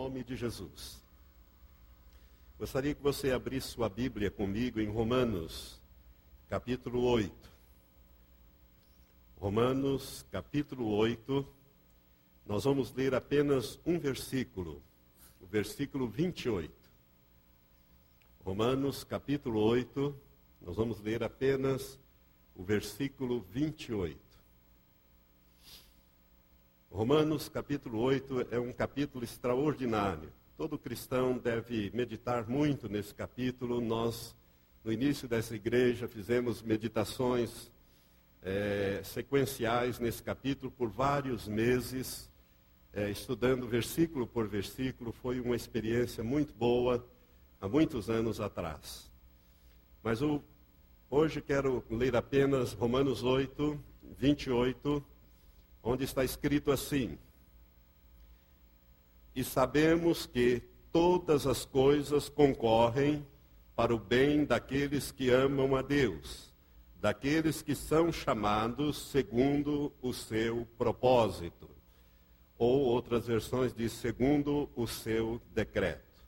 nome de Jesus. Gostaria que você abrisse sua Bíblia comigo em Romanos, capítulo 8. Romanos, capítulo 8, nós vamos ler apenas um versículo, o versículo 28. Romanos, capítulo 8, nós vamos ler apenas o versículo 28. Romanos, capítulo 8, é um capítulo extraordinário. Todo cristão deve meditar muito nesse capítulo. Nós, no início dessa igreja, fizemos meditações sequenciais nesse capítulo por vários meses, estudando versículo por versículo. Foi uma experiência muito boa, há muitos anos atrás. Mas hoje quero ler apenas Romanos 8, 28, onde está escrito assim: e sabemos que todas as coisas concorrem para o bem daqueles que amam a Deus, daqueles que são chamados segundo o seu propósito. Ou outras versões diz segundo o seu decreto.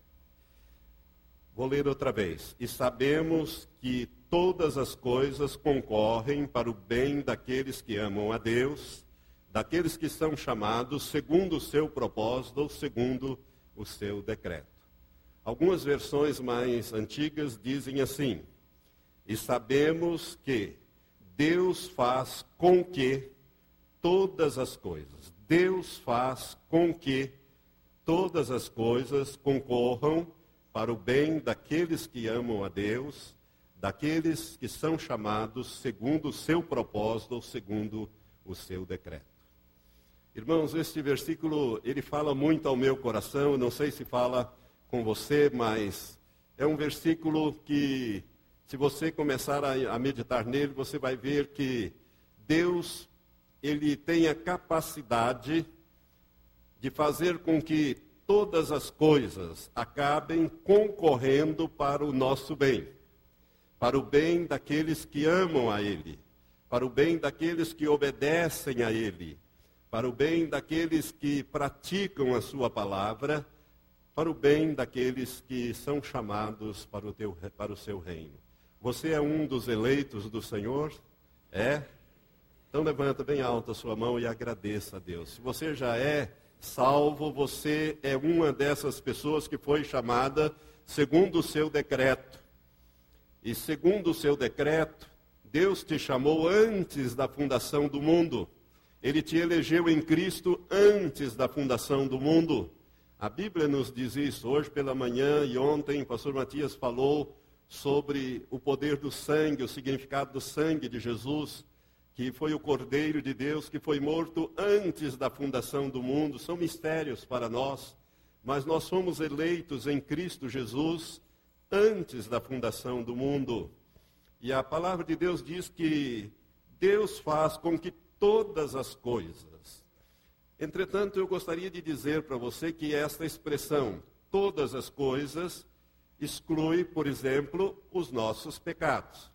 Vou ler outra vez. E sabemos que todas as coisas concorrem para o bem daqueles que amam a Deus, daqueles que são chamados segundo o seu propósito ou segundo o seu decreto. Algumas versões mais antigas dizem assim: e sabemos que Deus faz com que todas as coisas, Deus faz com que todas as coisas concorram para o bem daqueles que amam a Deus, daqueles que são chamados segundo o seu propósito ou segundo o seu decreto. Irmãos, este versículo, ele fala muito ao meu coração. Não sei se fala com você, mas é um versículo que, se você começar a meditar nele, você vai ver que Deus, ele tem a capacidade de fazer com que todas as coisas acabem concorrendo para o nosso bem, para o bem daqueles que amam a Ele, para o bem daqueles que obedecem a Ele, para o bem daqueles que praticam a sua palavra, para o bem daqueles que são chamados para o seu reino. Você é um dos eleitos do Senhor? É? Então levanta bem alta a sua mão e agradeça a Deus. Se você já é salvo, você é uma dessas pessoas que foi chamada segundo o seu decreto. E segundo o seu decreto, Deus te chamou antes da fundação do mundo. Ele te elegeu em Cristo antes da fundação do mundo. A Bíblia nos diz isso. Hoje pela manhã e ontem o pastor Matias falou sobre o poder do sangue, o significado do sangue de Jesus, que foi o Cordeiro de Deus, que foi morto antes da fundação do mundo. São mistérios para nós, mas nós somos eleitos em Cristo Jesus antes da fundação do mundo. E a palavra de Deus diz que Deus faz com que todas as coisas. Entretanto, eu gostaria de dizer para você que esta expressão, todas as coisas, exclui, por exemplo, os nossos pecados.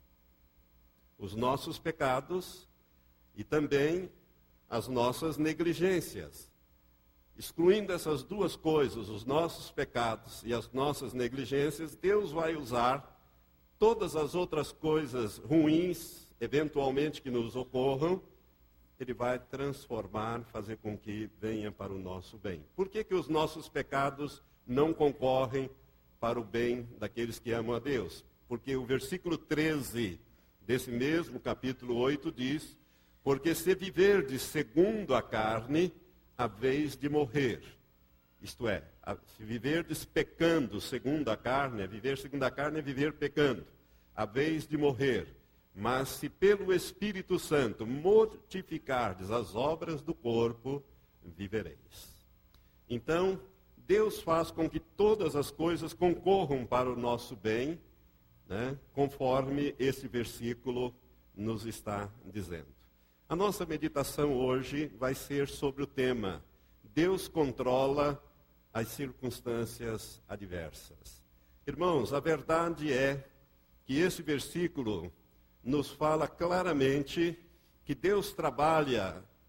Os nossos pecados e também as nossas negligências. Excluindo essas duas coisas, os nossos pecados e as nossas negligências, Deus vai usar todas as outras coisas ruins, eventualmente, que nos ocorram. Ele vai transformar, fazer com que venha para o nosso bem. Por que os nossos pecados não concorrem para o bem daqueles que amam a Deus? Porque o versículo 13 desse mesmo capítulo 8 diz: porque se viverdes segundo a carne, haveis de morrer. Isto é, se viverdes pecando segundo a carne, viver segundo a carne é viver pecando. Haveis de morrer. Mas se pelo Espírito Santo mortificardes as obras do corpo, vivereis. Então, Deus faz com que todas as coisas concorram para o nosso bem, né, conforme esse versículo nos está dizendo. A nossa meditação hoje vai ser sobre o tema: Deus controla as circunstâncias adversas. Irmãos, a verdade é que esse versículo nos fala claramente que Deus trabalha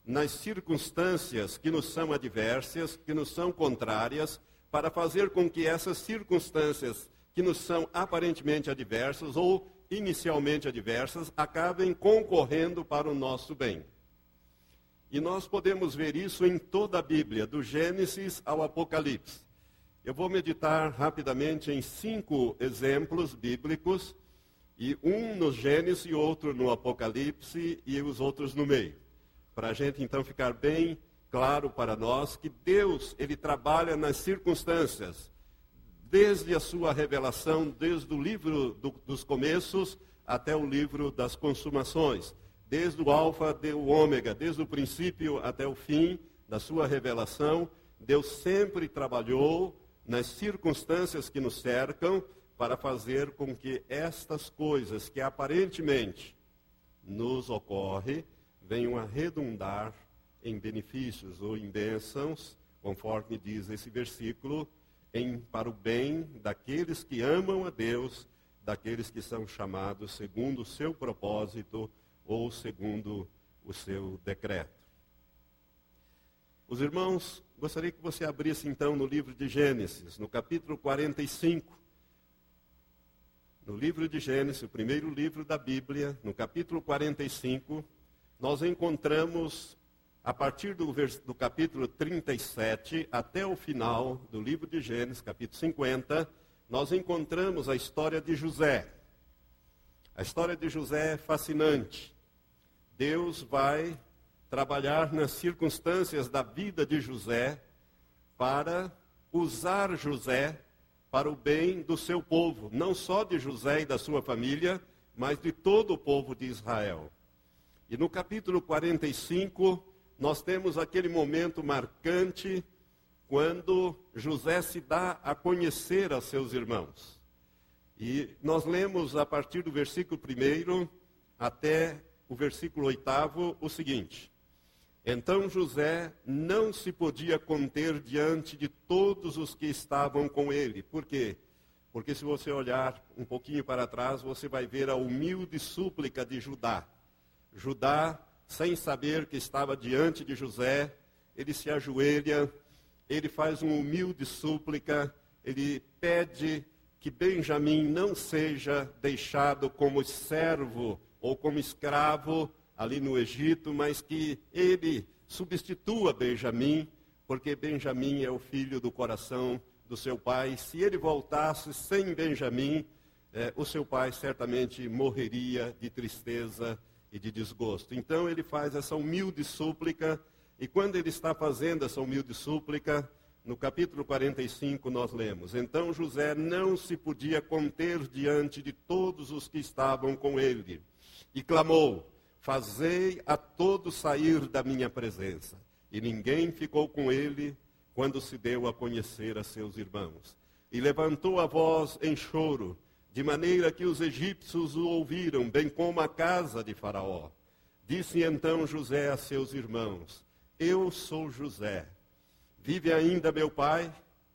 nas circunstâncias que nos são adversas, que nos são contrárias, para fazer com que essas circunstâncias que nos são aparentemente adversas ou inicialmente adversas acabem concorrendo para o nosso bem. E nós podemos ver isso em toda a Bíblia, do Gênesis ao Apocalipse. Eu vou meditar rapidamente em 5 exemplos bíblicos, e um no Gênesis, outro no Apocalipse e os outros no meio. Para a gente então ficar bem claro para nós que Deus, Ele trabalha nas circunstâncias, desde a sua revelação, desde o livro dos começos até o livro das consumações, desde o alfa até o ômega, desde o princípio até o fim da sua revelação. Deus sempre trabalhou nas circunstâncias que nos cercam para fazer com que estas coisas que aparentemente nos ocorrem venham a redundar em benefícios ou em bênçãos, conforme diz esse versículo, para o bem daqueles que amam a Deus, daqueles que são chamados segundo o seu propósito ou segundo o seu decreto. Os irmãos, gostaria que você abrisse então no livro de Gênesis, no capítulo 45. No livro de Gênesis, o primeiro livro da Bíblia, no capítulo 45, nós encontramos, a partir do capítulo 37 até o final do livro de Gênesis, capítulo 50, nós encontramos a história de José. A história de José é fascinante. Deus vai trabalhar nas circunstâncias da vida de José para usar José para o bem do seu povo, não só de José e da sua família, mas de todo o povo de Israel. E no capítulo 45, nós temos aquele momento marcante quando José se dá a conhecer a seus irmãos. E nós lemos a partir do versículo 1 até o versículo 8 o seguinte: Então José não se podia conter diante de todos os que estavam com ele. Por quê? Porque se você olhar um pouquinho para trás, você vai ver a humilde súplica de Judá. Judá, sem saber que estava diante de José, ele se ajoelha, ele faz uma humilde súplica, ele pede que Benjamim não seja deixado como servo ou como escravo ali no Egito, mas que ele substitua Benjamim, porque Benjamim é o filho do coração do seu pai. Se ele voltasse sem Benjamim, o seu pai certamente morreria de tristeza e de desgosto. Então ele faz essa humilde súplica, e quando ele está fazendo essa humilde súplica, no capítulo 45 nós lemos: Então José não se podia conter diante de todos os que estavam com ele, e clamou: Fazei a todos sair da minha presença. E ninguém ficou com ele quando se deu a conhecer a seus irmãos. E levantou a voz em choro, de maneira que os egípcios o ouviram, bem como a casa de Faraó. Disse então José a seus irmãos: Eu sou José. Vive ainda meu pai?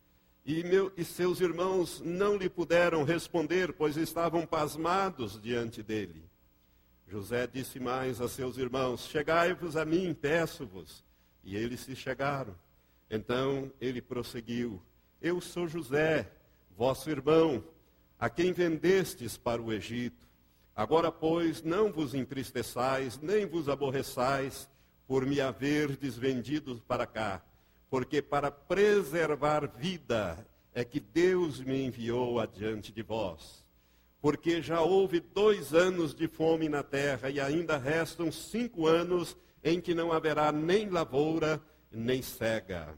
E seus irmãos não lhe puderam responder, pois estavam pasmados diante dele. José disse mais a seus irmãos: Chegai-vos a mim, peço-vos. E eles se chegaram. Então ele prosseguiu: Eu sou José, vosso irmão, a quem vendestes para o Egito. Agora, pois, não vos entristeçais, nem vos aborreçais, por me haverdes vendido para cá, porque para preservar vida é que Deus me enviou adiante de vós. Porque já houve 2 anos de fome na terra, e ainda restam 5 anos em que não haverá nem lavoura, nem cega.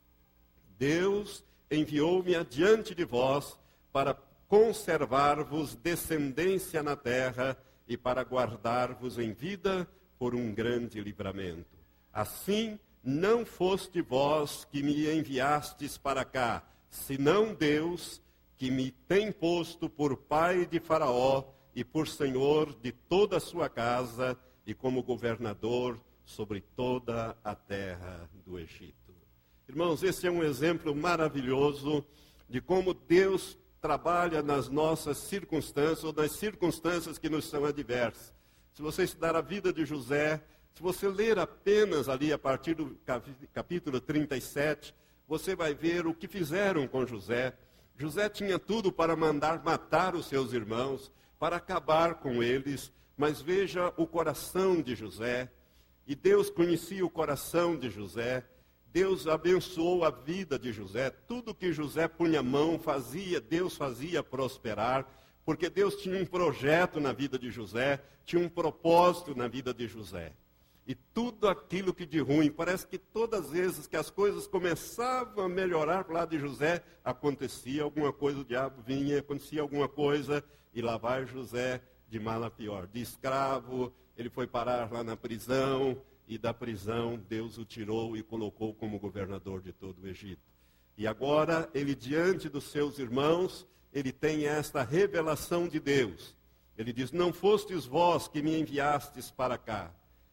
Deus enviou-me adiante de vós para conservar-vos descendência na terra e para guardar-vos em vida por um grande livramento. Assim, não foste vós que me enviastes para cá, senão Deus, que me tem posto por pai de Faraó e por senhor de toda a sua casa e como governador sobre toda a terra do Egito. Irmãos, esse é um exemplo maravilhoso de como Deus trabalha nas nossas circunstâncias, ou nas circunstâncias que nos são adversas. Se você estudar a vida de José, Se você ler apenas ali a partir do capítulo 37, você vai ver o que fizeram com José. José tinha tudo para mandar matar os seus irmãos, para acabar com eles, mas veja o coração de José. E Deus conhecia o coração de José. Deus abençoou a vida de José. Tudo que José punha a mão, Deus fazia prosperar, porque Deus tinha um projeto na vida de José, tinha um propósito na vida de José. E tudo aquilo que de ruim, parece que todas as vezes que as coisas começavam a melhorar para o lado de José, acontecia alguma coisa, o diabo vinha, acontecia alguma coisa, e lá vai José de mal a pior. De escravo, ele foi parar lá na prisão, e da prisão Deus o tirou e colocou como governador de todo o Egito. E agora, ele diante dos seus irmãos, ele tem esta revelação de Deus. Ele diz, não fostes vós que me enviastes para cá,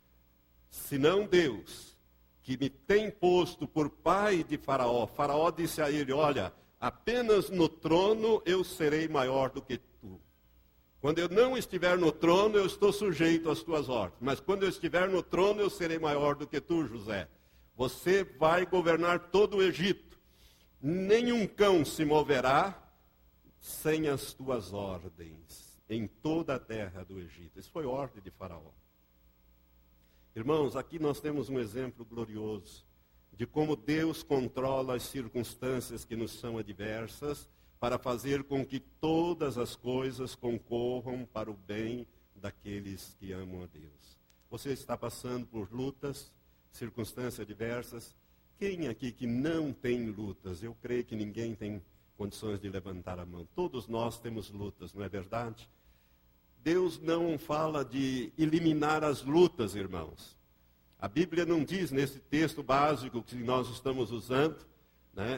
senão Deus, que me tem posto por pai de Faraó. Faraó disse a ele, olha, apenas no trono eu serei maior do que tu. Quando eu não estiver no trono, eu estou sujeito às tuas ordens. Mas quando eu estiver no trono, eu serei maior do que tu, José. Você vai governar todo o Egito. Nenhum cão se moverá sem as tuas ordens em toda a terra do Egito. Isso foi ordem de Faraó. Irmãos, aqui nós temos um exemplo glorioso de como Deus controla as circunstâncias que nos são adversas para fazer com que todas as coisas concorram para o bem daqueles que amam a Deus. Você está passando por lutas, circunstâncias adversas. Quem aqui que não tem lutas? Eu creio que ninguém tem condições de levantar a mão. Todos nós temos lutas, não é verdade? Deus não fala de eliminar as lutas, irmãos. A Bíblia não diz nesse texto básico que nós estamos usando, né,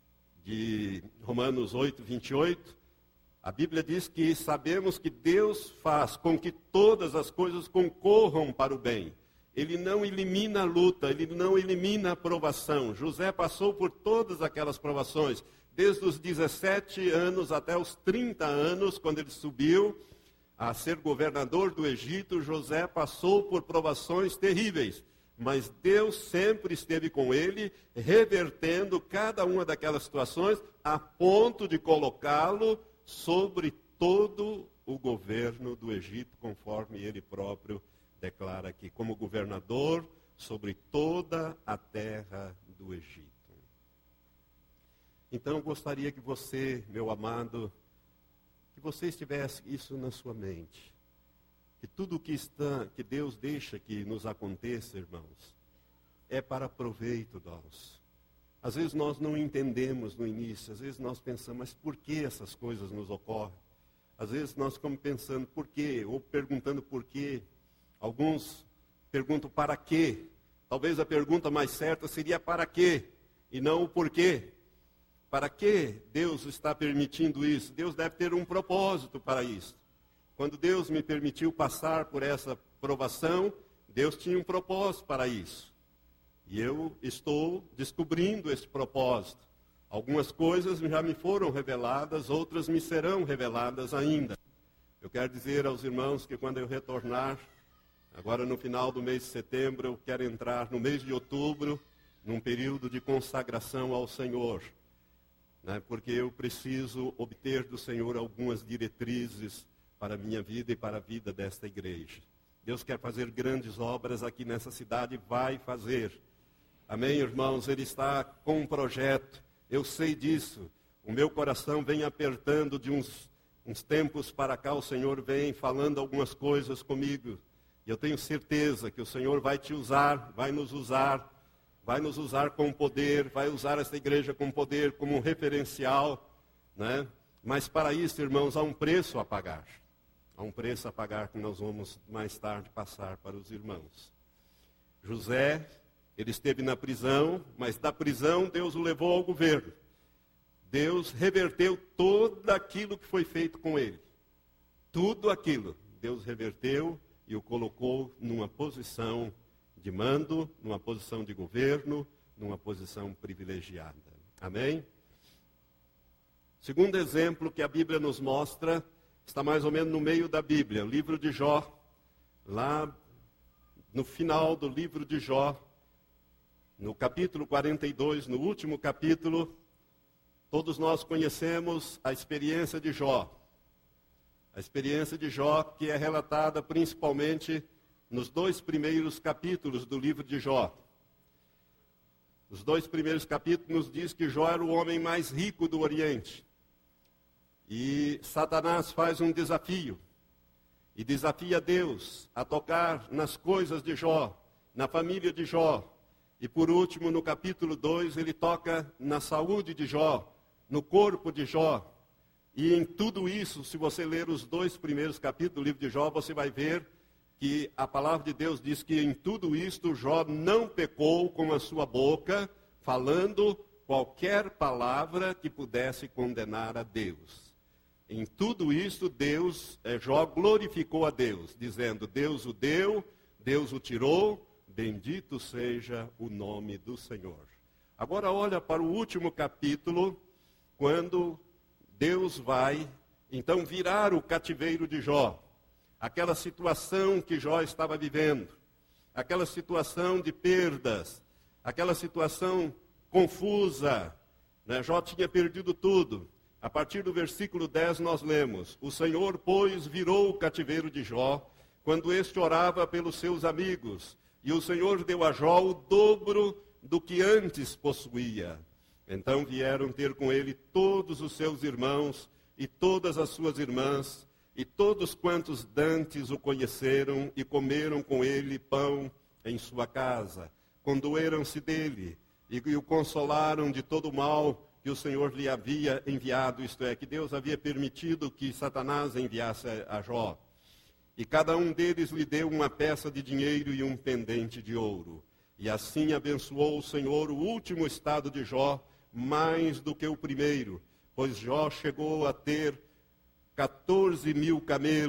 de Romanos 8, 28, a Bíblia diz que sabemos que Deus faz com que todas as coisas concorram para o bem. Ele não elimina a luta, ele não elimina a provação. José passou por todas aquelas provações, desde os 17 anos até os 30 anos, quando ele subiu a ser governador do Egito. José passou por provações terríveis, mas Deus sempre esteve com ele, revertendo cada uma daquelas situações, a ponto de colocá-lo sobre todo o governo do Egito, conforme ele próprio declara aqui, como governador sobre toda a terra do Egito. Então, eu gostaria que você, meu amado, que você estivesse isso na sua mente. Que tudo que Deus deixa que nos aconteça, irmãos, é para proveito nosso. Às vezes nós não entendemos no início, às vezes nós pensamos, mas por que essas coisas nos ocorrem? Às vezes nós ficamos pensando por quê, ou perguntando por quê. Alguns perguntam para quê. Talvez a pergunta mais certa seria para quê, e não o porquê. Para que Deus está permitindo isso? Deus deve ter um propósito para isso. Quando Deus me permitiu passar por essa provação, Deus tinha um propósito para isso. E eu estou descobrindo esse propósito. Algumas coisas já me foram reveladas, outras me serão reveladas ainda. Eu quero dizer aos irmãos que quando eu retornar, agora no final do mês de setembro, eu quero entrar no mês de outubro, num período de consagração ao Senhor. Porque eu preciso obter do Senhor algumas diretrizes para a minha vida e para a vida desta igreja. Deus quer fazer grandes obras aqui nessa cidade, vai fazer. Amém, irmãos? Ele está com um projeto, eu sei disso. O meu coração vem apertando de uns tempos para cá, o Senhor vem falando algumas coisas comigo. E eu tenho certeza que o Senhor vai te usar, vai nos usar com poder, vai usar esta igreja com poder, como um referencial, né? Mas para isso, irmãos, há um preço a pagar. Há um preço a pagar que nós vamos mais tarde passar para os irmãos. José, ele esteve na prisão, mas da prisão Deus o levou ao governo. Deus reverteu tudo aquilo que foi feito com ele. Tudo aquilo, Deus reverteu e o colocou numa posição de mando, numa posição de governo, numa posição privilegiada. Amém? Segundo exemplo que a Bíblia nos mostra, está mais ou menos no meio da Bíblia, o livro de Jó, lá no final do livro de Jó, no capítulo 42, no último capítulo, todos nós conhecemos a experiência de Jó. A experiência de Jó que é relatada principalmente nos 2 primeiros capítulos do livro de Jó. Os 2 primeiros capítulos nos diz que Jó era o homem mais rico do Oriente. E Satanás faz um desafio. E desafia Deus a tocar nas coisas de Jó, na família de Jó. E por último, no capítulo 2, ele toca na saúde de Jó, no corpo de Jó. E em tudo isso, se você ler os 2 primeiros capítulos do livro de Jó, você vai ver que a palavra de Deus diz que em tudo isto Jó não pecou com a sua boca, falando qualquer palavra que pudesse condenar a Deus. Em tudo isto, Jó glorificou a Deus, dizendo, Deus o deu, Deus o tirou, bendito seja o nome do Senhor. Agora olha para o último capítulo, quando Deus vai, então, virar o cativeiro de Jó. Aquela situação que Jó estava vivendo, aquela situação de perdas, aquela situação confusa, né? Jó tinha perdido tudo. A partir do versículo 10 nós lemos, o Senhor, pois, virou o cativeiro de Jó, quando este orava pelos seus amigos, e o Senhor deu a Jó o dobro do que antes possuía. Então vieram ter com ele todos os seus irmãos e todas as suas irmãs, e todos quantos dantes o conheceram e comeram com ele pão em sua casa. Condoeram-se dele e o consolaram de todo o mal que o Senhor lhe havia enviado, isto é, que Deus havia permitido que Satanás enviasse a Jó. E cada um deles lhe deu uma peça de dinheiro e um pendente de ouro. E assim abençoou o Senhor o último estado de Jó, mais do que o primeiro, pois Jó chegou a ter 14 mil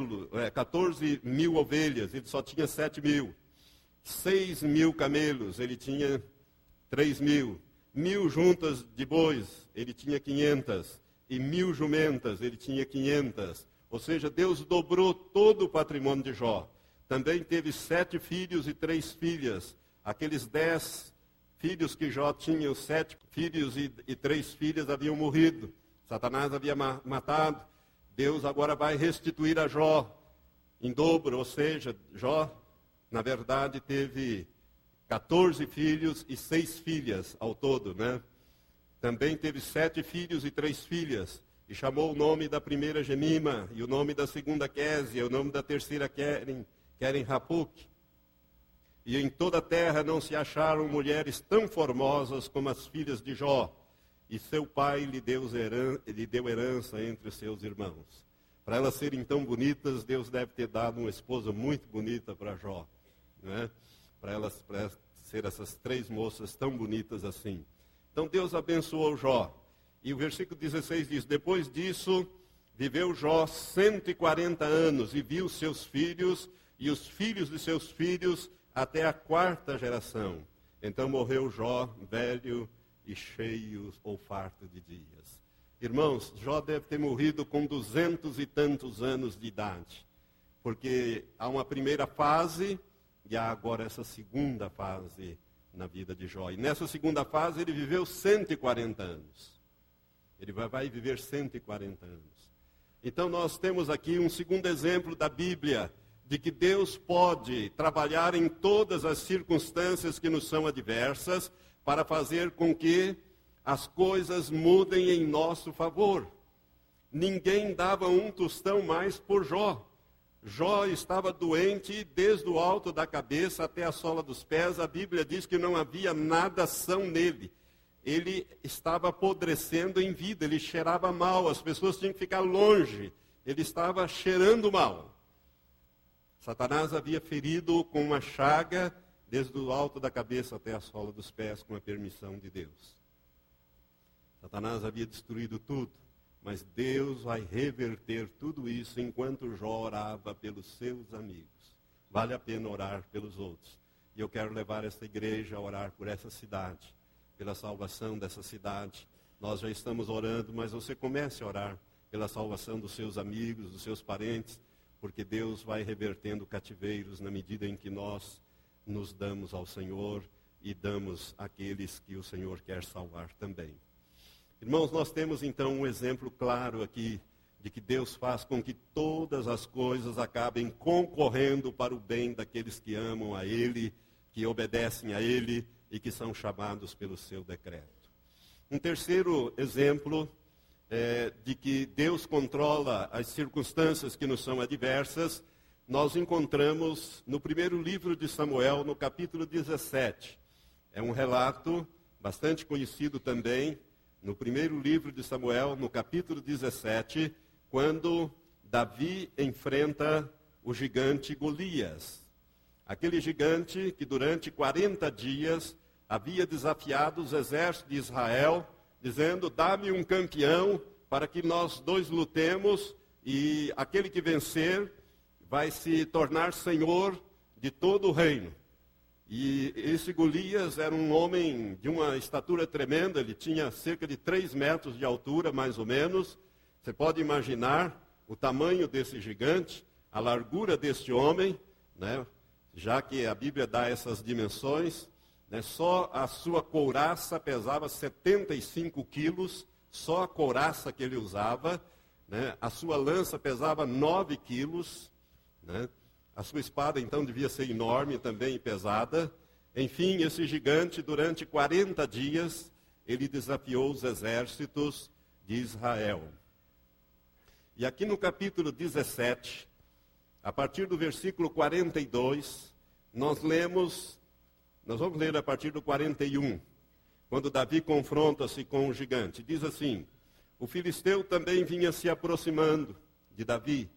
ovelhas, ele só tinha 7 mil. 6 mil camelos, ele tinha 3 mil. 1.000 juntas de bois, ele tinha 500. E 1.000 jumentas, ele tinha 500. Ou seja, Deus dobrou todo o patrimônio de Jó. Também teve 7 filhos e 3 filhas. Aqueles 10 filhos que Jó tinha, os 7 filhos e 3 filhas haviam morrido. Satanás havia matado. Deus agora vai restituir a Jó em dobro. Ou seja, Jó, na verdade, teve 14 filhos e 6 filhas ao todo, né? Também teve 7 filhos e 3 filhas. E chamou o nome da primeira Gemima, e o nome da segunda Késia, o nome da terceira Queren Rapuque. E em toda a terra não se acharam mulheres tão formosas como as filhas de Jó. E seu pai lhe deu herança entre os seus irmãos. Para elas serem tão bonitas, Deus deve ter dado uma esposa muito bonita para Jó. Né? Para ser essas 3 moças tão bonitas assim. Então Deus abençoou Jó. E o versículo 16 diz, depois disso, viveu Jó 140 anos e viu seus filhos e os filhos de seus filhos até a 4ª geração. Então morreu Jó, velho e cheio ou farto de dias. Irmãos, Jó deve ter morrido com 200 e tantos anos de idade. Porque há uma primeira fase e há agora essa segunda fase na vida de Jó. E nessa segunda fase ele viveu 140 anos. Ele vai viver 140 anos. Então nós temos aqui um segundo exemplo da Bíblia, de que Deus pode trabalhar em todas as circunstâncias que nos são adversas, para fazer com que as coisas mudem em nosso favor. Ninguém dava um tostão mais por Jó. Jó estava doente desde o alto da cabeça até a sola dos pés. A Bíblia diz que não havia nada são nele. Ele estava apodrecendo em vida, ele cheirava mal, as pessoas tinham que ficar longe. Ele estava cheirando mal. Satanás havia ferido com uma chaga desde o alto da cabeça até a sola dos pés, com a permissão de Deus. Satanás havia destruído tudo, mas Deus vai reverter tudo isso enquanto Jó orava pelos seus amigos. Vale a pena orar pelos outros. E eu quero levar esta igreja a orar por essa cidade, pela salvação dessa cidade. Nós já estamos orando, mas você comece a orar pela salvação dos seus amigos, dos seus parentes, porque Deus vai revertendo cativeiros na medida em que nós nos damos ao Senhor e damos àqueles que o Senhor quer salvar também. Irmãos, nós temos então um exemplo claro aqui de que Deus faz com que todas as coisas acabem concorrendo para o bem daqueles que amam a Ele, que obedecem a Ele e que são chamados pelo seu decreto. Um terceiro exemplo de que Deus controla as circunstâncias que nos são adversas, nós encontramos no primeiro livro de Samuel, no capítulo 17. É um relato bastante conhecido também, no primeiro livro de Samuel, no capítulo 17, quando Davi enfrenta o gigante Golias. Aquele gigante que durante 40 dias havia desafiado os exércitos de Israel, dizendo: dá-me um campeão para que nós dois lutemos, e aquele que vencer vai se tornar senhor de todo o reino. E esse Golias era um homem de uma estatura tremenda, ele tinha cerca de 3 metros de altura, mais ou menos. Você pode imaginar o tamanho desse gigante, a largura deste homem, né? Já que a Bíblia dá essas dimensões, né? Só a sua couraça pesava 75 quilos, só a couraça que ele usava, né? A sua lança pesava 9 quilos, né? A sua espada, então, devia ser enorme também e pesada. Enfim, esse gigante, durante 40 dias, ele desafiou os exércitos de Israel. E aqui no capítulo 17, a partir do versículo 42, nós vamos ler a partir do 41, quando Davi confronta-se com o gigante. Diz assim: o filisteu também vinha se aproximando de Davi,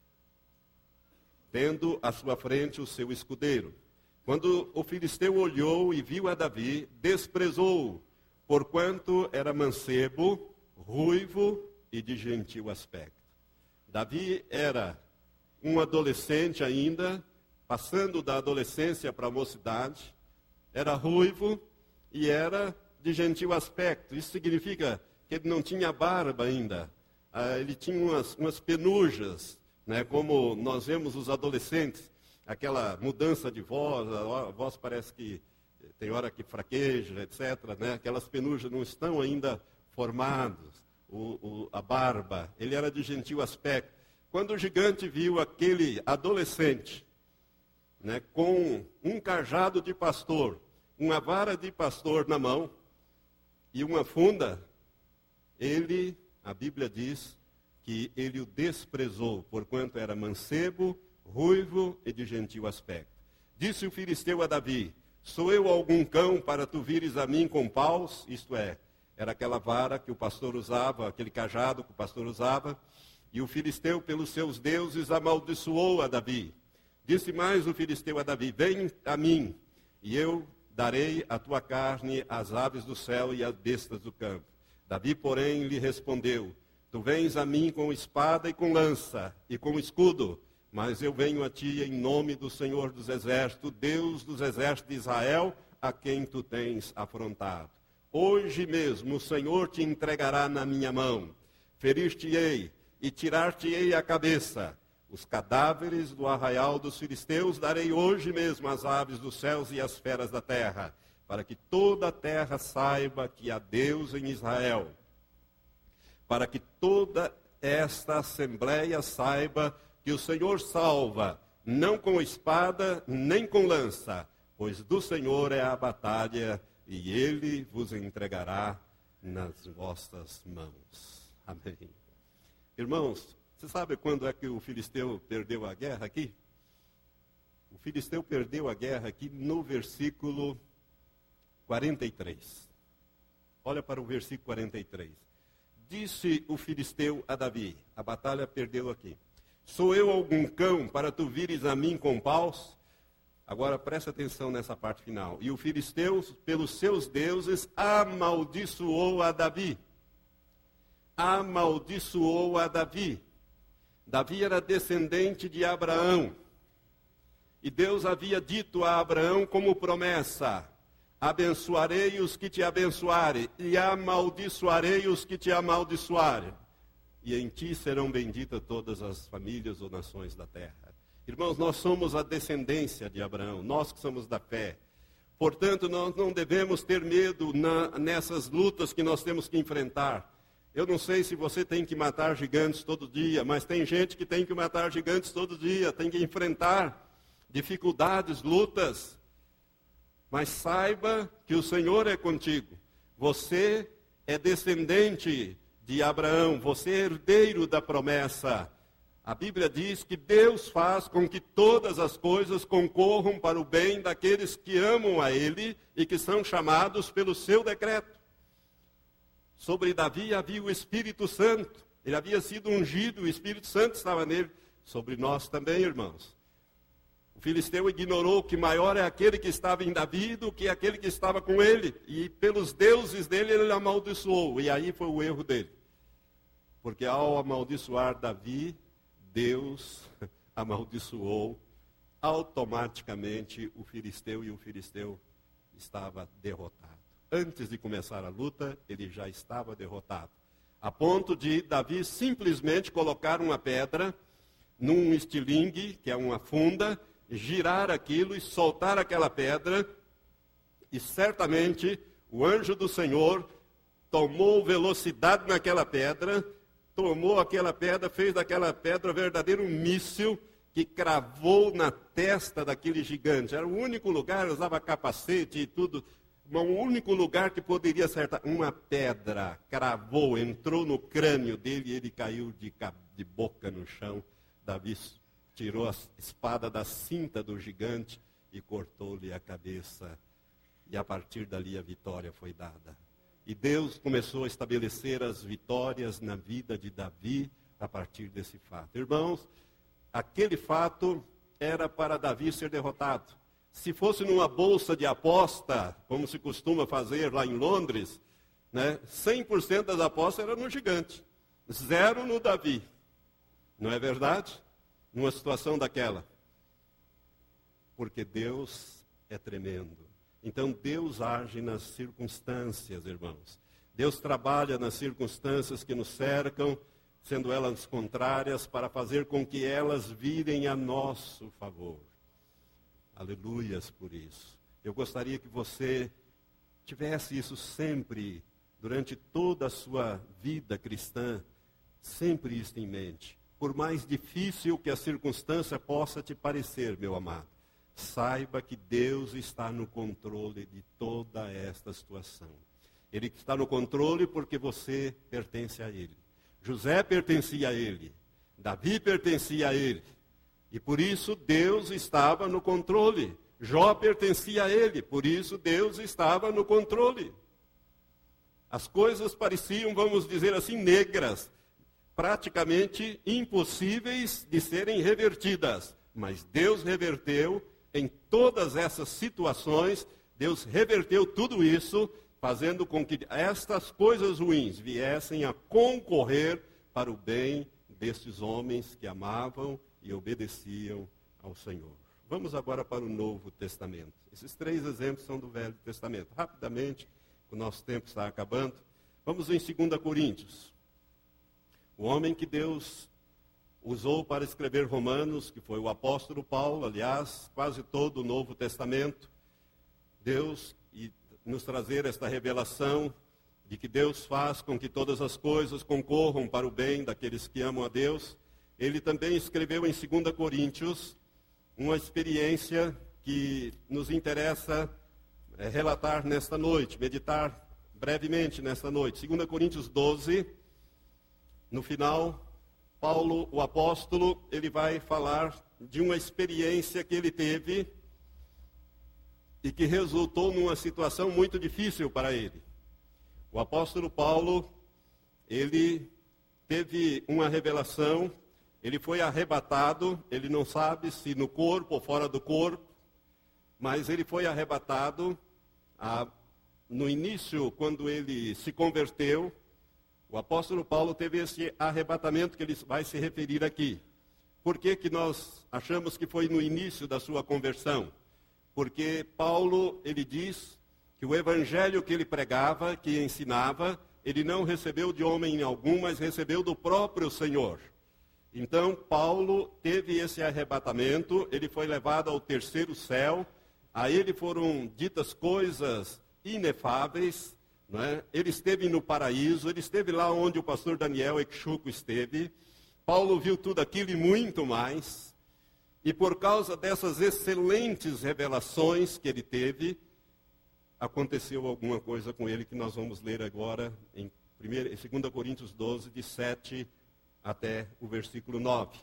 tendo à sua frente o seu escudeiro. Quando o filisteu olhou e viu a Davi, desprezou-o, porquanto era mancebo, ruivo e de gentil aspecto. Davi era um adolescente ainda, passando da adolescência para a mocidade, era ruivo e era de gentil aspecto. Isso significa que ele não tinha barba ainda, ele tinha umas penujas, né, como nós vemos os adolescentes, aquela mudança de voz, a voz parece que tem hora que fraqueja, etc. Né, aquelas penujas não estão ainda formadas, a barba, ele era de gentil aspecto. Quando o gigante viu aquele adolescente, né, com um cajado de pastor, uma vara de pastor na mão e uma funda, a Bíblia diz que ele o desprezou, porquanto era mancebo, ruivo e de gentil aspecto. Disse o filisteu a Davi: sou eu algum cão para tu vires a mim com paus? Isto é, era aquela vara que o pastor usava, aquele cajado que o pastor usava. E o filisteu, pelos seus deuses, amaldiçoou a Davi. Disse mais o filisteu a Davi: vem a mim, e eu darei a tua carne às aves do céu e às bestas do campo. Davi, porém, lhe respondeu: tu vens a mim com espada e com lança e com escudo, mas eu venho a ti em nome do Senhor dos Exércitos, Deus dos Exércitos de Israel, a quem tu tens afrontado. Hoje mesmo o Senhor te entregará na minha mão. Ferir-te-ei e tirar-te-ei a cabeça. Os cadáveres do arraial dos filisteus darei hoje mesmo às aves dos céus e às feras da terra, para que toda a terra saiba que há Deus em Israel. Para que toda esta assembleia saiba que o Senhor salva, não com espada, nem com lança, pois do Senhor é a batalha, e Ele vos entregará nas vossas mãos. Amém. Irmãos, você sabe quando é que o filisteu perdeu a guerra aqui? O filisteu perdeu a guerra aqui no versículo 43. Olha para o versículo 43. Disse o filisteu a Davi, a batalha perdeu aqui: sou eu algum cão para tu vires a mim com paus? Agora presta atenção nessa parte final. E o filisteu, pelos seus deuses, amaldiçoou a Davi. Amaldiçoou a Davi. Davi era descendente de Abraão. E Deus havia dito a Abraão como promessa: abençoarei os que te abençoarem, e amaldiçoarei os que te amaldiçoarem. E em ti serão benditas todas as famílias ou nações da terra. Irmãos, nós somos a descendência de Abraão, nós que somos da fé. Portanto, nós não devemos ter medo nessas lutas que nós temos que enfrentar. Eu não sei se você tem que matar gigantes todo dia, mas tem gente que tem que matar gigantes todo dia, tem que enfrentar dificuldades, lutas. Mas saiba que o Senhor é contigo. Você é descendente de Abraão, você é herdeiro da promessa. A Bíblia diz que Deus faz com que todas as coisas concorram para o bem daqueles que amam a Ele e que são chamados pelo seu decreto. Sobre Davi havia o Espírito Santo. Ele havia sido ungido, o Espírito Santo estava nele. Sobre nós também, irmãos. O filisteu ignorou que maior é aquele que estava em Davi do que aquele que estava com ele. E pelos deuses dele ele amaldiçoou. E aí foi o erro dele. Porque ao amaldiçoar Davi, Deus amaldiçoou automaticamente o filisteu e o filisteu estava derrotado. Antes de começar a luta, ele já estava derrotado. A ponto de Davi simplesmente colocar uma pedra num estilingue, que é uma funda, girar aquilo e soltar aquela pedra. E certamente o anjo do Senhor tomou velocidade naquela pedra, tomou aquela pedra, fez daquela pedra um verdadeiro míssil que cravou na testa daquele gigante. Era o único lugar, usava capacete e tudo. O único lugar que poderia acertar, uma pedra cravou, entrou no crânio dele e ele caiu de boca no chão. Davi tirou a espada da cinta do gigante e cortou-lhe a cabeça. E a partir dali a vitória foi dada. E Deus começou a estabelecer as vitórias na vida de Davi a partir desse fato. Irmãos, aquele fato era para Davi ser derrotado. Se fosse numa bolsa de aposta, como se costuma fazer lá em Londres, 100% das apostas eram no gigante, 0 no Davi. Não é verdade? Numa situação daquela. Porque Deus é tremendo. Então Deus age nas circunstâncias, irmãos. Deus trabalha nas circunstâncias que nos cercam, sendo elas contrárias, para fazer com que elas virem a nosso favor. Aleluias por isso. Eu gostaria que você tivesse isso sempre, durante toda a sua vida cristã, sempre isso em mente. Por mais difícil que a circunstância possa te parecer, meu amado, saiba que Deus está no controle de toda esta situação. Ele está no controle porque você pertence a Ele. José pertencia a Ele. Davi pertencia a Ele. E por isso Deus estava no controle. Jó pertencia a Ele. Por isso Deus estava no controle. As coisas pareciam, vamos dizer assim, negras. Praticamente impossíveis de serem revertidas. Mas Deus reverteu em todas essas situações. Deus reverteu tudo isso, fazendo com que estas coisas ruins viessem a concorrer para o bem destes homens que amavam e obedeciam ao Senhor. Vamos agora para o Novo Testamento. Esses 3 exemplos são do Velho Testamento. Rapidamente, o nosso tempo está acabando. Vamos em 2 Coríntios. O homem que Deus usou para escrever Romanos, que foi o apóstolo Paulo, aliás, quase todo o Novo Testamento, Deus nos trazer esta revelação de que Deus faz com que todas as coisas concorram para o bem daqueles que amam a Deus. Ele também escreveu em 2 Coríntios uma experiência que nos interessa relatar nesta noite, meditar brevemente nesta noite. 2 Coríntios 12, no final, Paulo, o apóstolo, ele vai falar de uma experiência que ele teve e que resultou numa situação muito difícil para ele. O apóstolo Paulo, ele teve uma revelação, ele foi arrebatado, ele não sabe se no corpo ou fora do corpo, mas ele foi arrebatado no início, quando ele se converteu. O apóstolo Paulo teve esse arrebatamento que ele vai se referir aqui. Por que que nós achamos que foi no início da sua conversão? Porque Paulo, ele diz que o evangelho que ele pregava, que ensinava, ele não recebeu de homem algum, mas recebeu do próprio Senhor. Então, Paulo teve esse arrebatamento, ele foi levado ao terceiro céu, a ele foram ditas coisas inefáveis, não é? Ele esteve no paraíso, ele esteve lá onde o pastor Daniel Exuco esteve. Paulo viu tudo aquilo e muito mais. E por causa dessas excelentes revelações que ele teve, aconteceu alguma coisa com ele que nós vamos ler agora em 2 Coríntios 12, de 7 até o versículo 9.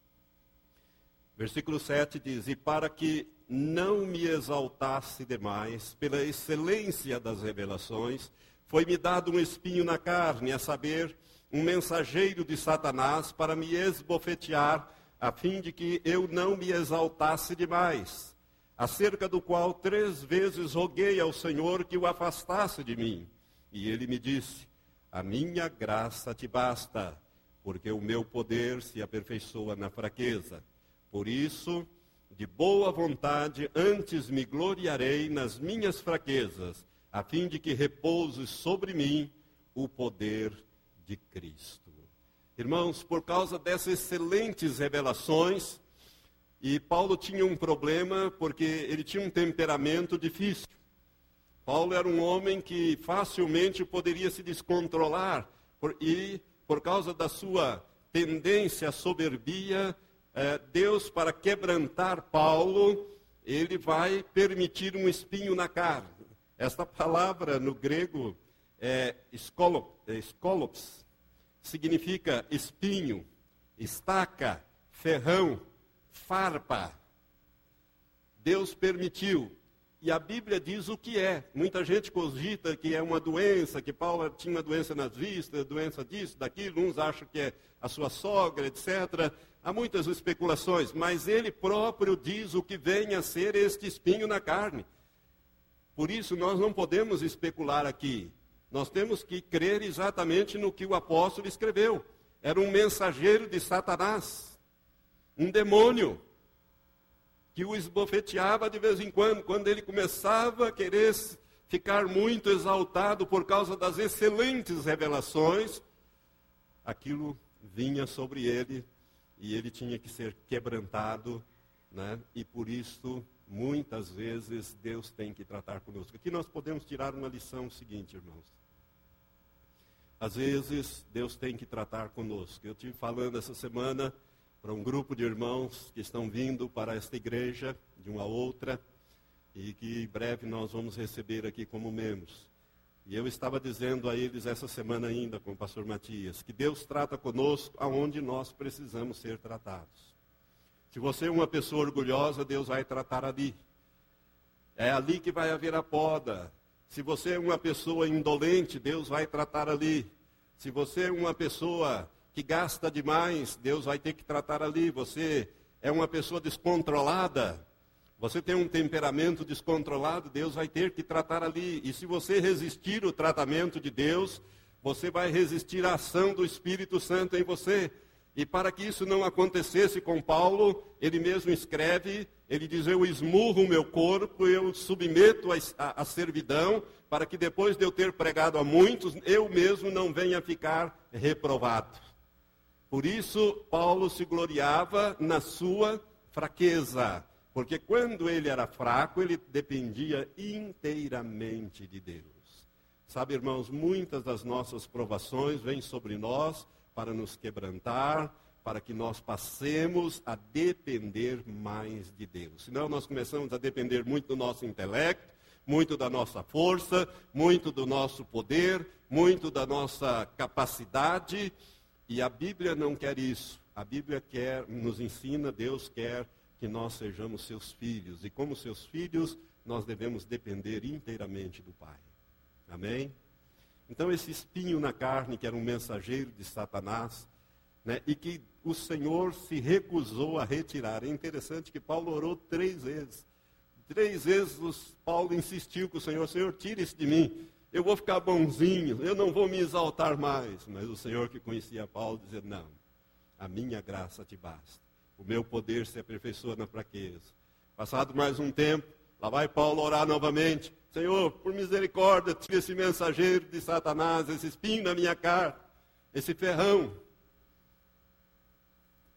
Versículo 7 diz: E para que não me exaltasse demais pela excelência das revelações, foi-me dado um espinho na carne, a saber, um mensageiro de Satanás para me esbofetear, a fim de que eu não me exaltasse demais, acerca do qual 3 vezes roguei ao Senhor que o afastasse de mim. E ele me disse: a minha graça te basta, porque o meu poder se aperfeiçoa na fraqueza. Por isso, de boa vontade, antes me gloriarei nas minhas fraquezas, a fim de que repouse sobre mim o poder de Cristo. Irmãos, por causa dessas excelentes revelações, e Paulo tinha um problema, porque ele tinha um temperamento difícil. Paulo era um homem que facilmente poderia se descontrolar, e por causa da sua tendência à soberbia, Deus, para quebrantar Paulo, ele vai permitir um espinho na carne. Esta palavra no grego é skolops, significa espinho, estaca, ferrão, farpa. Deus permitiu. E a Bíblia diz o que é. Muita gente cogita que é uma doença, que Paulo tinha uma doença nas vistas, doença disso, daquilo. Uns acham que é a sua sogra, etc. Há muitas especulações, mas ele próprio diz o que vem a ser este espinho na carne. Por isso nós não podemos especular aqui. Nós temos que crer exatamente no que o apóstolo escreveu. Era um mensageiro de Satanás, um demônio, que o esbofeteava de vez em quando ele começava a querer ficar muito exaltado por causa das excelentes revelações, aquilo vinha sobre ele e ele tinha que ser quebrantado, né? E por isso, muitas vezes, Deus tem que tratar conosco. Aqui nós podemos tirar uma lição seguinte, irmãos. Às vezes, Deus tem que tratar conosco. Eu estive falando essa semana para um grupo de irmãos que estão vindo para esta igreja, de uma outra, e que em breve nós vamos receber aqui como membros. E eu estava dizendo a eles essa semana ainda, com o pastor Matias, que Deus trata conosco aonde nós precisamos ser tratados. Se você é uma pessoa orgulhosa, Deus vai tratar ali. É ali que vai haver a poda. Se você é uma pessoa indolente, Deus vai tratar ali. Se você é uma pessoa que gasta demais, Deus vai ter que tratar ali. Você é uma pessoa descontrolada, você tem um temperamento descontrolado, Deus vai ter que tratar ali. E se você resistir o tratamento de Deus, você vai resistir à ação do Espírito Santo em você. E para que isso não acontecesse com Paulo, ele mesmo escreve, ele diz: eu esmurro o meu corpo, eu submeto a servidão, para que depois de eu ter pregado a muitos, eu mesmo não venha ficar reprovado. Por isso, Paulo se gloriava na sua fraqueza, porque quando ele era fraco, ele dependia inteiramente de Deus. Sabe, irmãos, muitas das nossas provações vêm sobre nós para nos quebrantar, para que nós passemos a depender mais de Deus. Senão nós começamos a depender muito do nosso intelecto, muito da nossa força, muito do nosso poder, muito da nossa capacidade. E a Bíblia não quer isso. A Bíblia nos ensina, Deus quer que nós sejamos seus filhos. E como seus filhos, nós devemos depender inteiramente do Pai. Amém? Então esse espinho na carne, que era um mensageiro de Satanás, né, e que o Senhor se recusou a retirar. É interessante que Paulo orou 3 vezes. 3 vezes Paulo insistiu com o Senhor: Senhor, tira isso de mim. Eu vou ficar bonzinho, eu não vou me exaltar mais. Mas o Senhor, que conhecia Paulo, dizia: não, a minha graça te basta. O meu poder se aperfeiçoa na fraqueza. Passado mais um tempo, lá vai Paulo orar novamente: Senhor, por misericórdia, tira esse mensageiro de Satanás, esse espinho na minha carne, esse ferrão.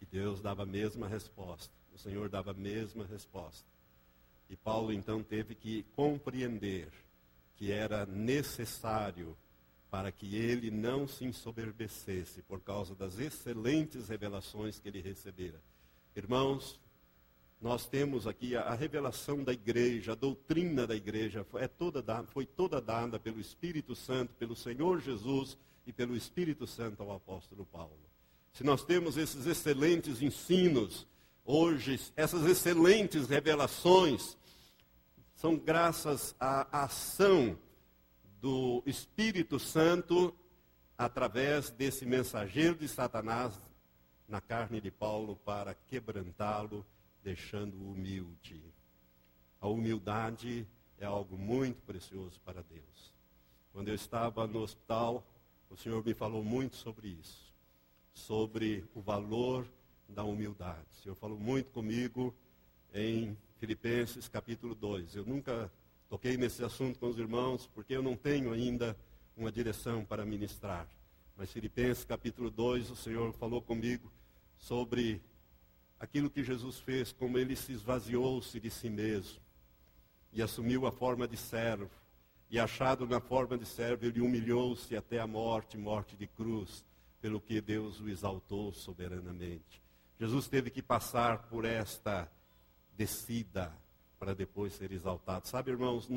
Deus dava a mesma resposta. O Senhor dava a mesma resposta. E Paulo então teve que compreender que era necessário para que ele não se ensoberbecesse por causa das excelentes revelações que ele recebera. Irmãos, nós temos aqui a revelação da igreja, a doutrina da igreja, foi toda dada pelo Espírito Santo, pelo Senhor Jesus e pelo Espírito Santo ao apóstolo Paulo. Se nós temos esses excelentes ensinos, hoje, essas excelentes revelações, são graças à ação do Espírito Santo, através desse mensageiro de Satanás na carne de Paulo, para quebrantá-lo, deixando-o humilde. A humildade é algo muito precioso para Deus. Quando eu estava no hospital, o Senhor me falou muito sobre isso, sobre o valor da humildade. O Senhor falou muito comigo em Filipenses capítulo 2. Eu nunca toquei nesse assunto com os irmãos, porque eu não tenho ainda uma direção para ministrar. Mas Filipenses capítulo 2, o Senhor falou comigo sobre aquilo que Jesus fez, como ele se esvaziou-se de si mesmo e assumiu a forma de servo. E achado na forma de servo, ele humilhou-se até a morte, morte de cruz, pelo que Deus o exaltou soberanamente. Jesus teve que passar por esta descida para depois ser exaltado. Sabe, irmãos,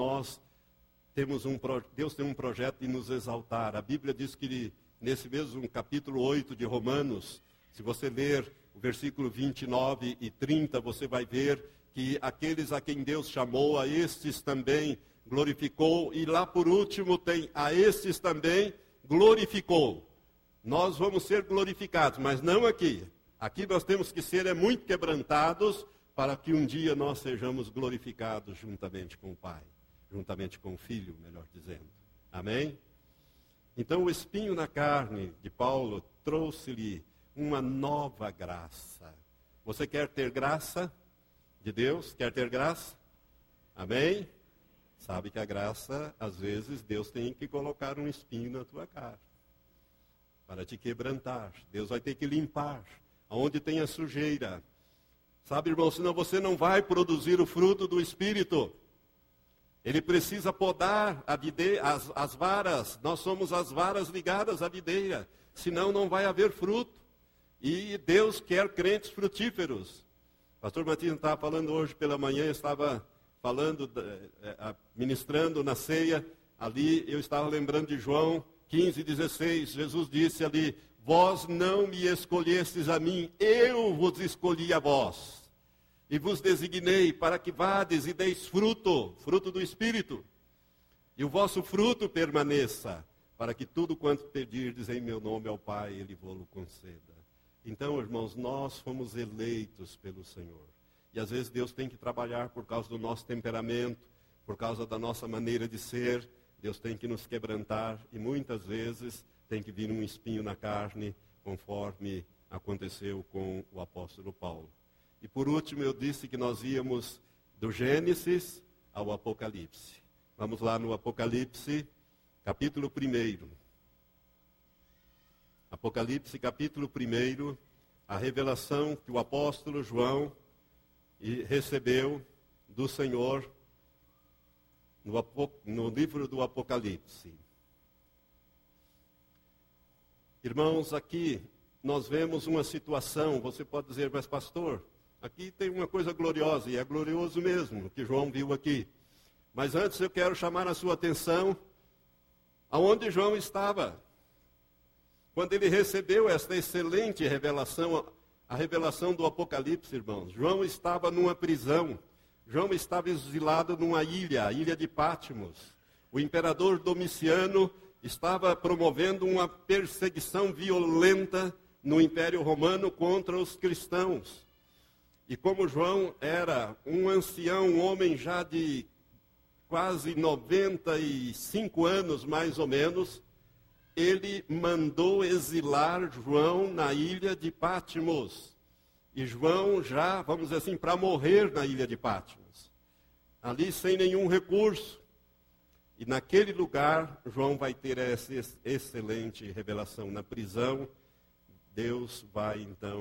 Deus tem um projeto de nos exaltar. A Bíblia diz que nesse mesmo capítulo 8 de Romanos, se você ler o versículo 29 e 30, você vai ver que aqueles a quem Deus chamou, a estes também glorificou. E lá por último tem, a estes também glorificou. Nós vamos ser glorificados, mas não aqui. Aqui nós temos que ser muito quebrantados, para que um dia nós sejamos glorificados juntamente com o Pai, juntamente com o Filho, melhor dizendo. Amém? Então o espinho na carne de Paulo trouxe-lhe uma nova graça. Você quer ter graça de Deus? Quer ter graça? Amém? Sabe que a graça, às vezes, Deus tem que colocar um espinho na tua carne, para te quebrantar. Deus vai ter que limpar aonde tem a sujeira. Sabe, irmão, senão você não vai produzir o fruto do Espírito. Ele precisa podar as varas. Nós somos as varas ligadas à videira. Senão não vai haver fruto. E Deus quer crentes frutíferos. O pastor Matias estava falando hoje pela manhã, estava falando, ministrando na ceia. Ali eu estava lembrando de João 15:16. Jesus disse ali: vós não me escolhestes a mim, eu vos escolhi a vós. E vos designei para que vades e deis fruto, fruto do Espírito. E o vosso fruto permaneça, para que tudo quanto pedirdes em meu nome ao Pai, Ele vô-lo conceda. Então, irmãos, nós fomos eleitos pelo Senhor. E às vezes Deus tem que trabalhar por causa do nosso temperamento, por causa da nossa maneira de ser. Deus tem que nos quebrantar e muitas vezes tem que vir um espinho na carne, conforme aconteceu com o apóstolo Paulo. E por último, eu disse que nós íamos do Gênesis ao Apocalipse. Vamos lá no Apocalipse, capítulo 1. Apocalipse, capítulo 1, a revelação que o apóstolo João recebeu do Senhor no livro do Apocalipse. Irmãos, aqui nós vemos uma situação, você pode dizer, mas pastor, aqui tem uma coisa gloriosa, e é glorioso mesmo, que João viu aqui. Mas antes eu quero chamar a sua atenção aonde João estava. Quando ele recebeu esta excelente revelação, a revelação do Apocalipse, irmãos, João estava numa prisão. João estava exilado numa ilha, a ilha de Patmos. O imperador Domiciano estava promovendo uma perseguição violenta no Império Romano contra os cristãos. E como João era um ancião, um homem já de quase 95 anos, mais ou menos, ele mandou exilar João na ilha de Patmos. E João já, vamos dizer assim, para morrer na ilha de Patmos. Ali sem nenhum recurso. E naquele lugar, João vai ter essa excelente revelação. Na prisão, Deus vai então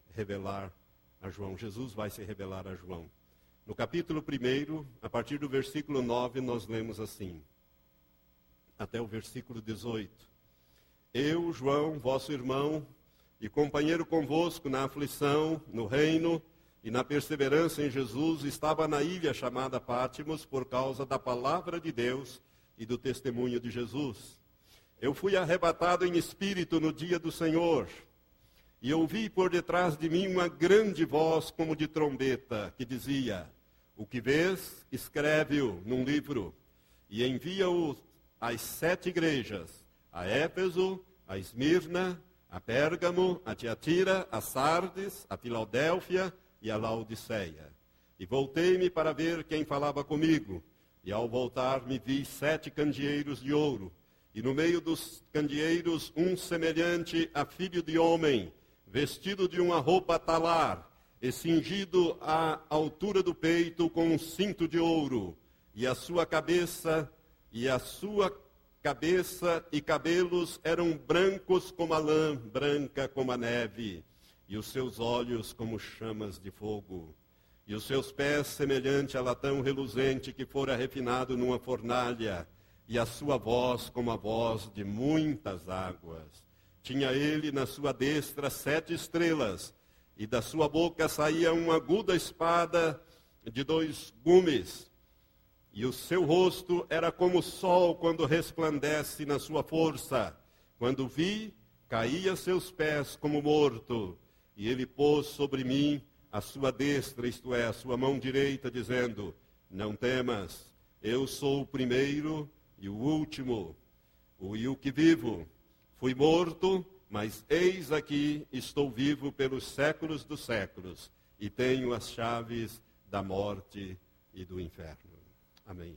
revelar a João. Jesus vai se revelar a João. No capítulo 1, a partir do versículo 9, nós lemos assim, até o versículo 18. Eu, João, vosso irmão, e companheiro convosco na aflição, no reino e na perseverança em Jesus, estava na ilha chamada Pátimos por causa da palavra de Deus e do testemunho de Jesus. Eu fui arrebatado em espírito no dia do Senhor, e ouvi por detrás de mim uma grande voz como de trombeta, que dizia: o que vês, escreve-o num livro, e envia-o às 7 igrejas, a Éfeso, a Esmirna, a Pérgamo, a Tiatira, a Sardes, a Filadélfia e a Laodiceia. E voltei-me para ver quem falava comigo, e ao voltar me vi 7 candeeiros de ouro, e no meio dos candeeiros um semelhante a filho de homem, vestido de uma roupa talar, e cingido à altura do peito com um cinto de ouro, e a sua cabeça e cabelos eram brancos como a lã, branca como a neve, e os seus olhos como chamas de fogo, e os seus pés semelhante a latão reluzente que fora refinado numa fornalha, e a sua voz como a voz de muitas águas. Tinha ele na sua destra 7 estrelas, e da sua boca saía uma aguda espada de 2 gumes. E o seu rosto era como o sol quando resplandece na sua força. Quando vi, caí a seus pés como morto. E ele pôs sobre mim a sua destra, isto é, a sua mão direita, dizendo: não temas, eu sou o primeiro e o último, e o que vivo. Fui morto, mas eis aqui, estou vivo pelos séculos dos séculos, e tenho as chaves da morte e do inferno. Amém.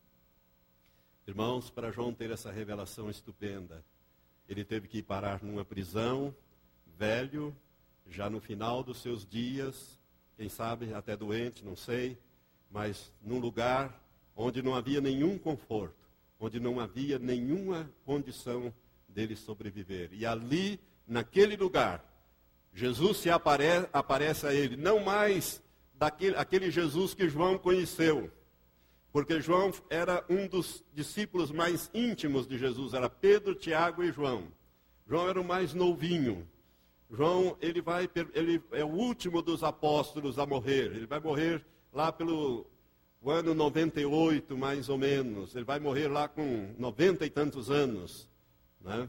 Irmãos, para João ter essa revelação estupenda, ele teve que ir parar numa prisão, velho, já no final dos seus dias, quem sabe até doente, não sei, mas num lugar onde não havia nenhum conforto, onde não havia nenhuma condição dele sobreviver. E ali, naquele lugar, Jesus se aparece a ele, não mais aquele Jesus que João conheceu, porque João era um dos discípulos mais íntimos de Jesus, era Pedro, Tiago e João. João era o mais novinho. João, ele é o último dos apóstolos a morrer. Ele vai morrer lá pelo ano 98, mais ou menos. Ele vai morrer lá com 90 e tantos anos. Né?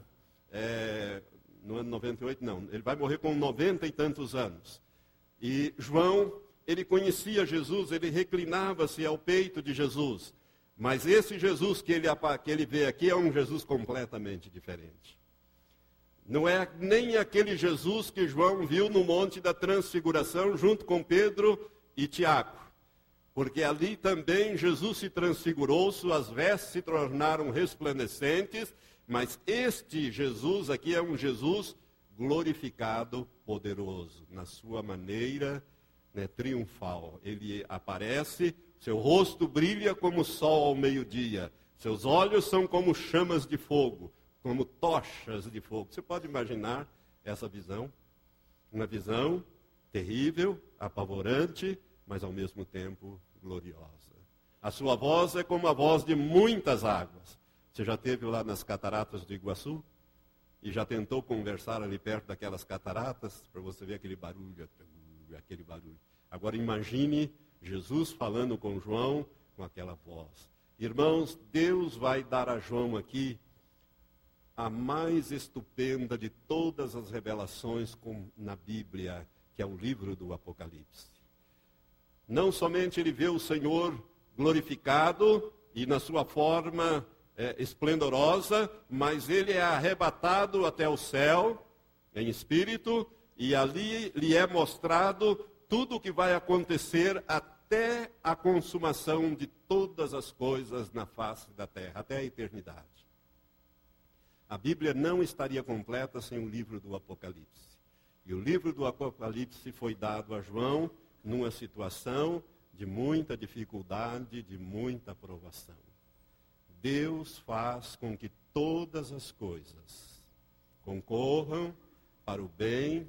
No ano 98, não. Ele vai morrer com 90 e tantos anos. E João, ele conhecia Jesus, ele reclinava-se ao peito de Jesus. Mas esse Jesus que ele vê aqui é um Jesus completamente diferente. Não é nem aquele Jesus que João viu no Monte da Transfiguração junto com Pedro e Tiago. Porque ali também Jesus se transfigurou, suas vestes se tornaram resplandecentes, mas este Jesus aqui é um Jesus glorificado, poderoso, na sua maneira triunfal. Ele aparece, seu rosto brilha como o sol ao meio-dia, seus olhos são como chamas de fogo, como tochas de fogo. Você pode imaginar essa visão? Uma visão terrível, apavorante, mas ao mesmo tempo gloriosa. A sua voz é como a voz de muitas águas. Você já esteve lá nas cataratas do Iguaçu? E já tentou conversar ali perto daquelas cataratas? Para você ver aquele barulho, aquele barulho. Agora imagine Jesus falando com João com aquela voz. Irmãos, Deus vai dar a João aqui a mais estupenda de todas as revelações na Bíblia, que é o livro do Apocalipse. Não somente ele vê o Senhor glorificado e na sua forma esplendorosa, mas ele é arrebatado até o céu em espírito, e ali lhe é mostrado tudo o que vai acontecer até a consumação de todas as coisas na face da terra, até a eternidade. A Bíblia não estaria completa sem o livro do Apocalipse. E o livro do Apocalipse foi dado a João numa situação de muita dificuldade, de muita provação. Deus faz com que todas as coisas concorram para o bem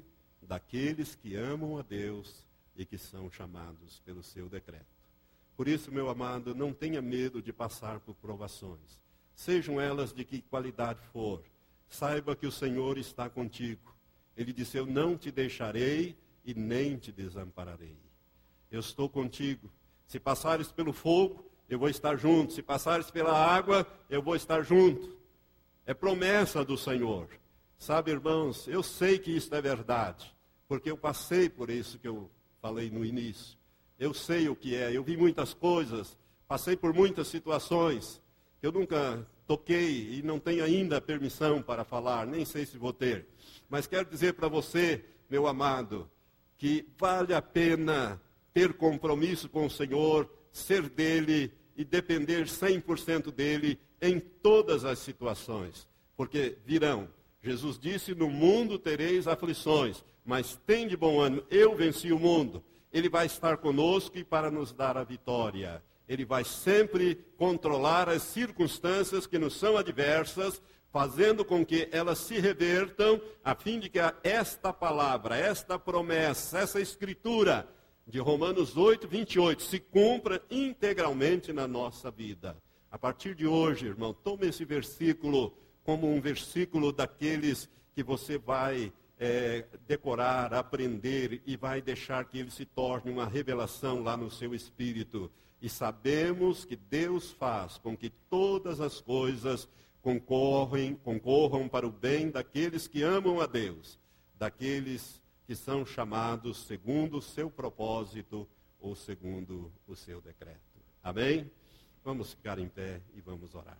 daqueles que amam a Deus e que são chamados pelo seu decreto. Por isso, meu amado, não tenha medo de passar por provações. Sejam elas de que qualidade for. Saiba que o Senhor está contigo. Ele disse, eu não te deixarei e nem te desampararei. Eu estou contigo. Se passares pelo fogo, eu vou estar junto. Se passares pela água, eu vou estar junto. É promessa do Senhor. Sabe, irmãos, eu sei que isso é verdade, porque eu passei por isso que eu falei no início. Eu sei o que é, eu vi muitas coisas, passei por muitas situações, que eu nunca toquei e não tenho ainda permissão para falar, nem sei se vou ter. Mas quero dizer para você, meu amado, que vale a pena ter compromisso com o Senhor, ser dele e depender 100% dele em todas as situações. Porque virão. Jesus disse, no mundo tereis aflições, mas tem de bom ânimo, eu venci o mundo. Ele vai estar conosco e para nos dar a vitória. Ele vai sempre controlar as circunstâncias que nos são adversas, fazendo com que elas se revertam, a fim de que esta palavra, esta promessa, essa escritura de Romanos 8, 28, se cumpra integralmente na nossa vida. A partir de hoje, irmão, tome esse versículo como um versículo daqueles que você vai decorar, aprender e vai deixar que ele se torne uma revelação lá no seu espírito. E sabemos que Deus faz com que todas as coisas concorram para o bem daqueles que amam a Deus, daqueles que são chamados segundo o seu propósito ou segundo o seu decreto. Amém? Vamos ficar em pé e vamos orar.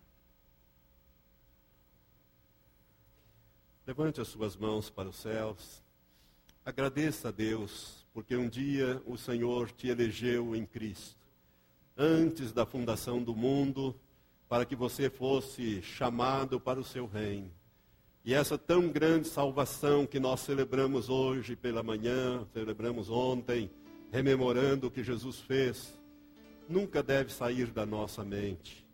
Levante as suas mãos para os céus. Agradeça a Deus, porque um dia o Senhor te elegeu em Cristo, antes da fundação do mundo, para que você fosse chamado para o seu reino. E essa tão grande salvação que nós celebramos hoje pela manhã, celebramos ontem, rememorando o que Jesus fez, nunca deve sair da nossa mente,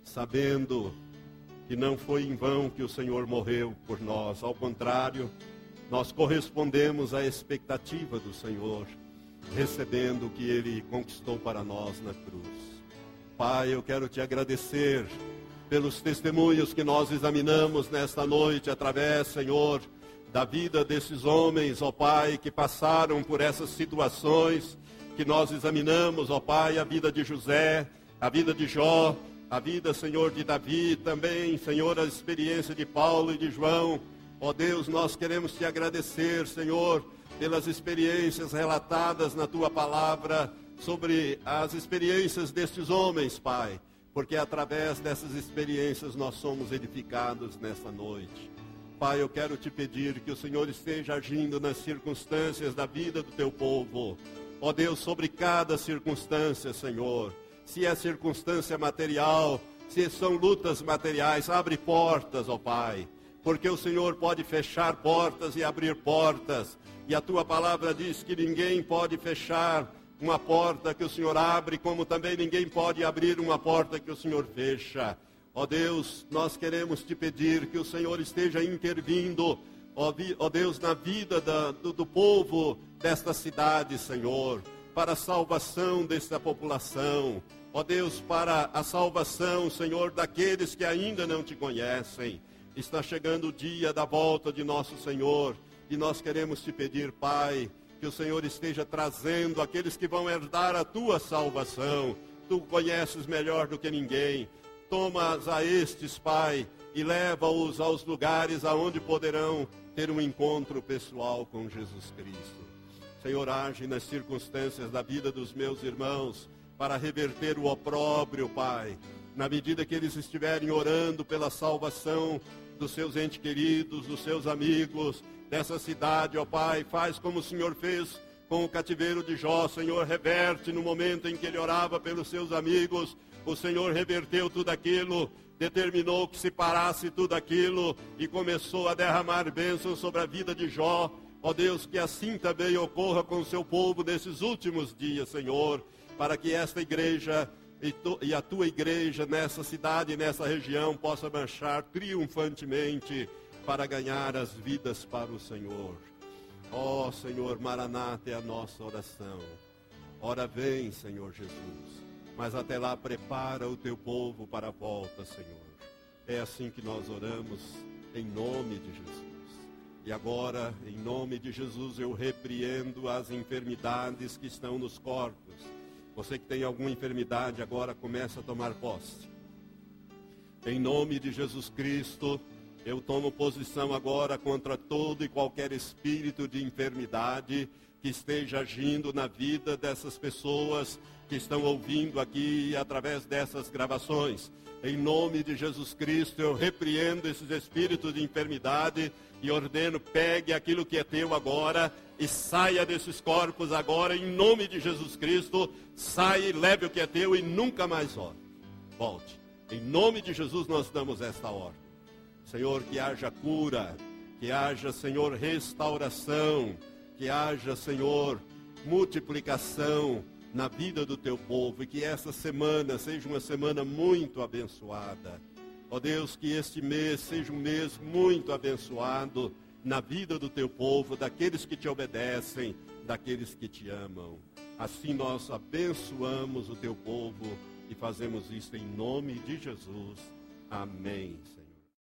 sabendo que não foi em vão que o Senhor morreu por nós. Ao contrário, nós correspondemos à expectativa do Senhor, recebendo o que Ele conquistou para nós na cruz. Pai, eu quero te agradecer pelos testemunhos que nós examinamos nesta noite, através, Senhor, da vida desses homens, ó Pai, que passaram por essas situações que nós examinamos, ó Pai, a vida de José, a vida de Jó, a vida, Senhor, de Davi, também, Senhor, a experiência de Paulo e de João. Ó Deus, nós queremos te agradecer, Senhor, pelas experiências relatadas na tua palavra, sobre as experiências destes homens, Pai, porque através dessas experiências nós somos edificados nesta noite. Pai, eu quero te pedir que o Senhor esteja agindo nas circunstâncias da vida do teu povo. Ó Deus, sobre cada circunstância, Senhor. Se é circunstância material, se são lutas materiais, abre portas, ó Pai. Porque o Senhor pode fechar portas e abrir portas. E a tua palavra diz que ninguém pode fechar uma porta que o Senhor abre, como também ninguém pode abrir uma porta que o Senhor fecha. Ó Deus, nós queremos te pedir que o Senhor esteja intervindo, ó Deus, na vida do povo desta cidade, Senhor, para a salvação desta população. Ó Deus, para a salvação, Senhor, daqueles que ainda não te conhecem. Está chegando o dia da volta de nosso Senhor e nós queremos te pedir, Pai, que o Senhor esteja trazendo aqueles que vão herdar a tua salvação. Tu conheces melhor do que ninguém. Toma-os a estes, Pai, e leva-os aos lugares aonde poderão ter um encontro pessoal com Jesus Cristo. Senhor, age nas circunstâncias da vida dos meus irmãos para reverter o opróbrio, Pai. Na medida que eles estiverem orando pela salvação dos seus entes queridos, dos seus amigos, dessa cidade, ó Pai, faz como o Senhor fez com o cativeiro de Jó, Senhor, reverte no momento em que ele orava pelos seus amigos, o Senhor reverteu tudo aquilo, determinou que se parasse tudo aquilo e começou a derramar bênçãos sobre a vida de Jó. Ó Deus, que assim também ocorra com o seu povo nesses últimos dias, Senhor, para que esta igreja e a tua igreja nessa cidade e nessa região possa marchar triunfantemente para ganhar as vidas para o Senhor. Ó Senhor, Maranata é a nossa oração. Ora vem, Senhor Jesus. Mas até lá prepara o teu povo para a volta, Senhor. É assim que nós oramos, em nome de Jesus. E agora, em nome de Jesus, eu repreendo as enfermidades que estão nos corpos. Você que tem alguma enfermidade agora, começa a tomar posse. Em nome de Jesus Cristo, eu tomo posição agora contra todo e qualquer espírito de enfermidade que esteja agindo na vida dessas pessoas que estão ouvindo aqui através dessas gravações. Em nome de Jesus Cristo, eu repreendo esses espíritos de enfermidade e ordeno, pegue aquilo que é teu agora e saia desses corpos agora, em nome de Jesus Cristo. Saia e leve o que é teu e nunca mais volte. Em nome de Jesus nós damos esta ordem. Senhor, que haja cura, que haja, Senhor, restauração, que haja, Senhor, multiplicação na vida do teu povo, e que essa semana seja uma semana muito abençoada. Ó Deus, que este mês seja um mês muito abençoado na vida do teu povo, daqueles que te obedecem, daqueles que te amam. Assim nós abençoamos o teu povo e fazemos isso em nome de Jesus. Amém, Senhor.